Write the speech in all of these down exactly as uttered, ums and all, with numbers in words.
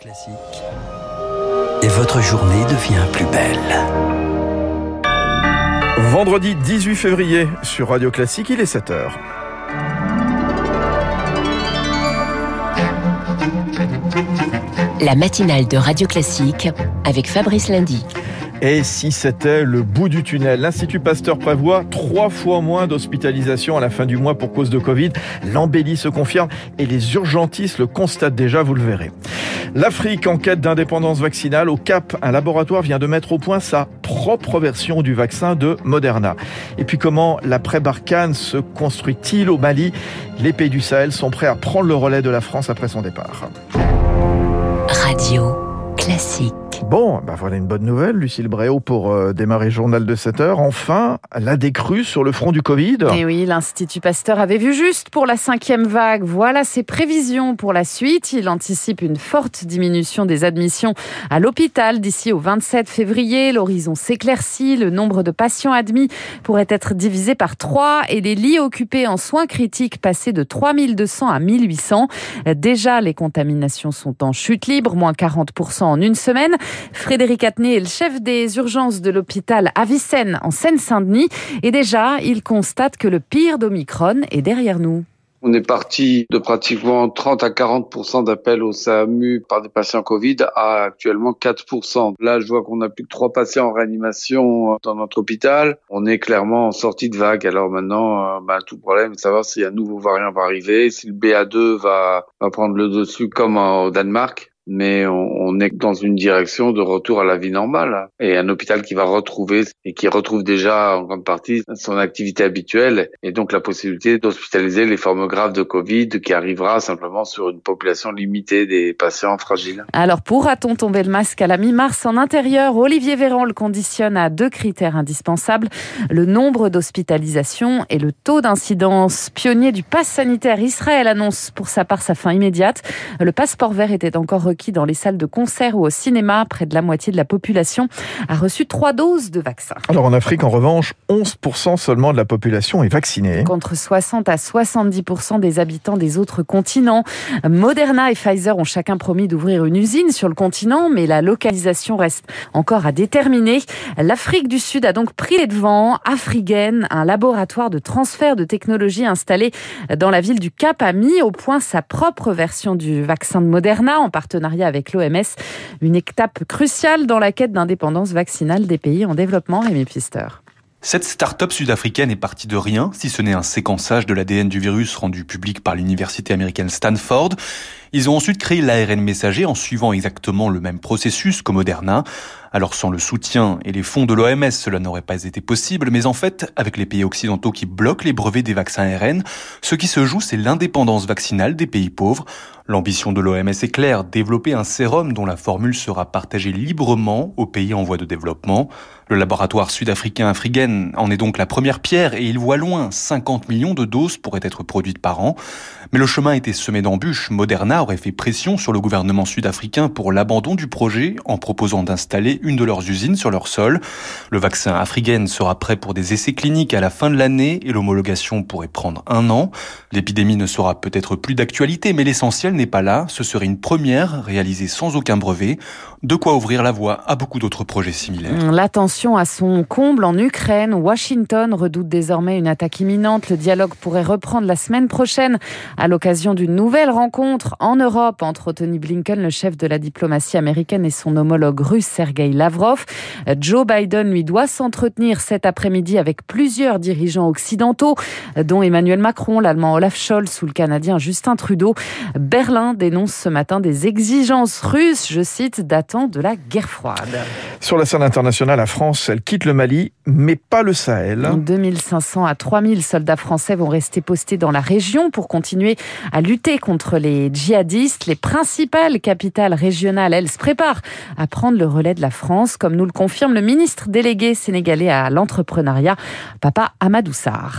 Classique. Et votre journée devient plus belle. Vendredi dix-huit février sur Radio Classique, il est sept heures. La matinale de Radio Classique avec Fabrice Lundy. Et si c'était le bout du tunnel, l'Institut Pasteur prévoit trois fois moins d'hospitalisations à la fin du mois pour cause de Covid. L'embellie se confirme et les urgentistes le constatent déjà, vous le verrez. L'Afrique en quête d'indépendance vaccinale. Au Cap, un laboratoire vient de mettre au point sa propre version du vaccin de Moderna. Et puis comment l'après-Barkhane se construit-il au Mali? Les pays du Sahel sont prêts à prendre le relais de la France après son départ. Radio Classique. Bon, ben voilà une bonne nouvelle, Lucille Bréau, pour euh, démarrer le journal de sept heures. Enfin, la décrue sur le front du Covid. Et oui, l'Institut Pasteur avait vu juste pour la cinquième vague. Voilà ses prévisions pour la suite. Il anticipe une forte diminution des admissions à l'hôpital d'ici au vingt-sept février. L'horizon s'éclaircit. Le nombre de patients admis pourrait être divisé par trois et les lits occupés en soins critiques passer de trois mille deux cents à mille huit cents. Déjà, les contaminations sont en chute libre, moins quarante pour cent en une semaine. Frédéric Attenet est le chef des urgences de l'hôpital Avicenne en Seine-Saint-Denis. Et déjà, il constate que le pire d'Omicron est derrière nous. On est parti de pratiquement trente à quarante pour cent d'appels au S A M U par des patients Covid à actuellement quatre pour cent. Là, je vois qu'on a plus que trois patients en réanimation dans notre hôpital. On est clairement en sortie de vague. Alors maintenant, bah, tout problème est de savoir si un nouveau variant va arriver, si le B A deux va, va prendre le dessus comme au Danemark. Mais on, on est dans une direction de retour à la vie normale. Et un hôpital qui va retrouver et qui retrouve déjà en grande partie son activité habituelle et donc la possibilité d'hospitaliser les formes graves de Covid qui arrivera simplement sur une population limitée des patients fragiles. Alors pourra-t-on tomber le masque à la mi-mars en intérieur? Olivier Véran le conditionne à deux critères indispensables, le nombre d'hospitalisations et le taux d'incidence. Pionnier du pass sanitaire, Israël annonce pour sa part sa fin immédiate. Le passeport vert était encore requis dans les salles de concert ou au cinéma. Près de la moitié de la population a reçu trois doses de vaccin. Alors en Afrique, en revanche, onze pour cent seulement de la population est vaccinée. Contre soixante à soixante-dix pour cent des habitants des autres continents. Moderna et Pfizer ont chacun promis d'ouvrir une usine sur le continent, mais la localisation reste encore à déterminer. L'Afrique du Sud a donc pris les devants. Afrigen, un laboratoire de transfert de technologie installé dans la ville du Cap, a mis au point sa propre version du vaccin de Moderna en partenariat avec l'O M S, une étape cruciale dans la quête d'indépendance vaccinale des pays en développement. Rémi Pfister. Cette start-up sud-africaine est partie de rien, si ce n'est un séquençage de l'A D N du virus rendu public par l'université américaine Stanford. Ils ont ensuite créé l'A R N messager en suivant exactement le même processus que Moderna. Alors sans le soutien et les fonds de l'O M S, cela n'aurait pas été possible, mais en fait, avec les pays occidentaux qui bloquent les brevets des vaccins A R N, ce qui se joue, c'est l'indépendance vaccinale des pays pauvres. L'ambition de l'O M S est claire, développer un sérum dont la formule sera partagée librement aux pays en voie de développement. Le laboratoire sud-africain Afrigen en est donc la première pierre et il voit loin, cinquante millions de doses pourraient être produites par an. Mais le chemin était semé d'embûches. Moderna aurait fait pression sur le gouvernement sud-africain pour l'abandon du projet en proposant d'installer une de leurs usines sur leur sol. Le vaccin Afrigen sera prêt pour des essais cliniques à la fin de l'année et l'homologation pourrait prendre un an. L'épidémie ne sera peut-être plus d'actualité, mais l'essentiel n'est pas là. Ce serait une première réalisée sans aucun brevet. De quoi ouvrir la voie à beaucoup d'autres projets similaires. La tension à son comble en Ukraine. Washington redoute désormais une attaque imminente. Le dialogue pourrait reprendre la semaine prochaine à l'occasion d'une nouvelle rencontre en Europe entre Tony Blinken, le chef de la diplomatie américaine, et son homologue russe Sergueï Lavrov. Joe Biden, lui, doit s'entretenir cet après-midi avec plusieurs dirigeants occidentaux, dont Emmanuel Macron, l'Allemand Olaf Scholz ou le Canadien Justin Trudeau. Berlin dénonce ce matin des exigences russes, je cite, datant de la guerre froide. Sur la scène internationale, la France, elle quitte le Mali, mais pas le Sahel. deux mille cinq cents à trois mille soldats français vont rester postés dans la région pour continuer à lutter contre les djihadistes. Les principales capitales régionales, elles, se préparent à prendre le relais de la France, comme nous le confirme le ministre délégué sénégalais à l'entrepreneuriat, Papa Amadou Sarr.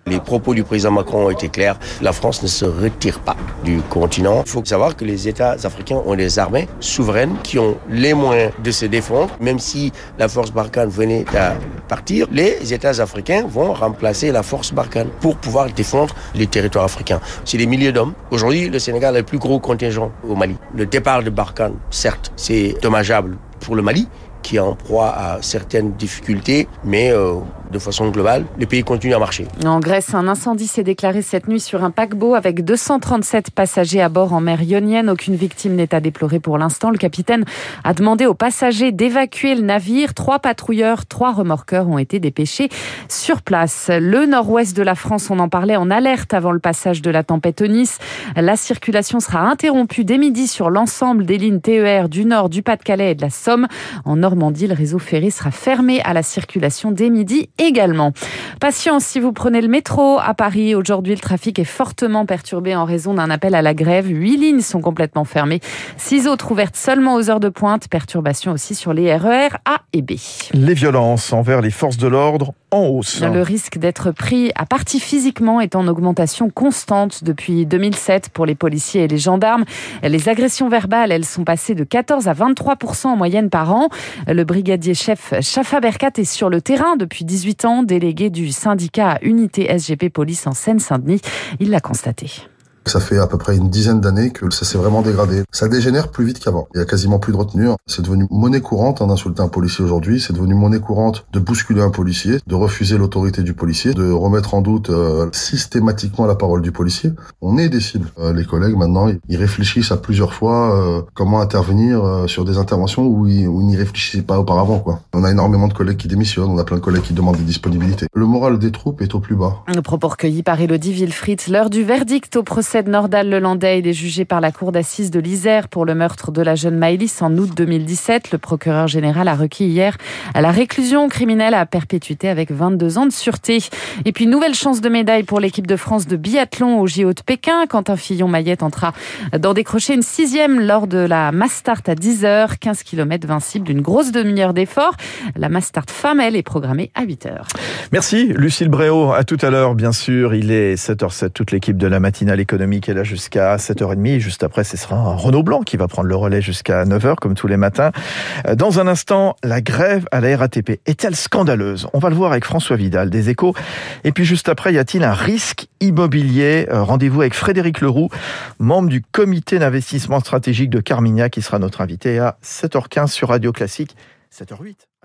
Les propos du président Macron ont été clairs. La France ne se retire pas du continent. Il faut savoir que les États africains ont des armées souveraines qui ont les moyens de se défendre. Même si la force Barkhane venait à partir, les États africains vont remplacer la force Barkhane pour pouvoir défendre les territoires africains. C'est des milliers d'hommes. Aujourd'hui, le Sénégal a le plus gros contingent au Mali. Le départ de Barkhane, certes, c'est dommageable pour le Mali, qui est en proie à certaines difficultés, mais euh, de façon globale, les pays continuent à marcher. En Grèce, un incendie s'est déclaré cette nuit sur un paquebot avec deux cent trente-sept passagers à bord en mer Ionienne. Aucune victime n'est à déplorer pour l'instant. Le capitaine a demandé aux passagers d'évacuer le navire. Trois patrouilleurs, trois remorqueurs ont été dépêchés sur place. Le nord-ouest de la France, on en parlait, en alerte avant le passage de la tempête Eunice. La circulation sera interrompue dès midi sur l'ensemble des lignes T E R du Nord, du Pas-de-Calais et de la Somme. En Normandie, le réseau ferré sera fermé à la circulation dès midi également. Patience si vous prenez le métro à Paris. Aujourd'hui, le trafic est fortement perturbé en raison d'un appel à la grève. Huit lignes sont complètement fermées. Six autres ouvertes seulement aux heures de pointe. Perturbation aussi sur les R E R A et B. Les violences envers les forces de l'ordre en hausse. Le risque d'être pris à partie physiquement est en augmentation constante depuis deux mille sept pour les policiers et les gendarmes. Les agressions verbales, elles sont passées de quatorze à vingt-trois pour cent en moyenne par an. Le brigadier chef Chafa Berkat est sur le terrain depuis dix-huit ans, délégué du syndicat à Unité S G P Police en Seine-Saint-Denis. Il l'a constaté. Ça fait à peu près une dizaine d'années que ça s'est vraiment dégradé. Ça dégénère plus vite qu'avant. Il y a quasiment plus de retenue. C'est devenu monnaie courante hein, d'insulter un policier aujourd'hui. C'est devenu monnaie courante de bousculer un policier, de refuser l'autorité du policier, de remettre en doute euh, systématiquement la parole du policier. On est des cibles. Euh, les collègues maintenant, ils réfléchissent à plusieurs fois euh, comment intervenir euh, sur des interventions où ils, où ils n'y réfléchissaient pas auparavant, quoi. On a énormément de collègues qui démissionnent. On a plein de collègues qui demandent des disponibilités. Le moral des troupes est au plus bas. Le propos recueilli par Élodie Wilfried. L'heure du verdict au procès de Nordal-Lelandais. Il est jugé par la cour d'assises de l'Isère pour le meurtre de la jeune Maëlys en août deux mille dix-sept. Le procureur général a requis hier à la réclusion criminelle à perpétuité avec vingt-deux ans de sûreté. Et puis, nouvelle chance de médaille pour l'équipe de France de biathlon au J O de Pékin. Quentin Fillon-Maillet tentera d'en décrocher une sixième lors de la Mastart à dix heures. quinze kilomètres invincible d'une grosse demi-heure d'effort. La Mastart femme, elle, est programmée à huit heures. Merci Lucille Bréau. À tout à l'heure, bien sûr. Il est sept heures zéro sept. Toute l'équipe de la matinale économique est là jusqu'à sept heures trente. Juste après, ce sera Renaud Blanc qui va prendre le relais jusqu'à neuf heures, comme tous les matins. Dans un instant, la grève à la R A T P est-elle scandaleuse? On va le voir avec François Vidal des Échos. Et puis juste après, y a-t-il un risque immobilier? Rendez-vous avec Frédéric Leroux, membre du comité d'investissement stratégique de Carmignac, qui sera notre invité à sept heures quinze sur Radio Classique, sept heures huit.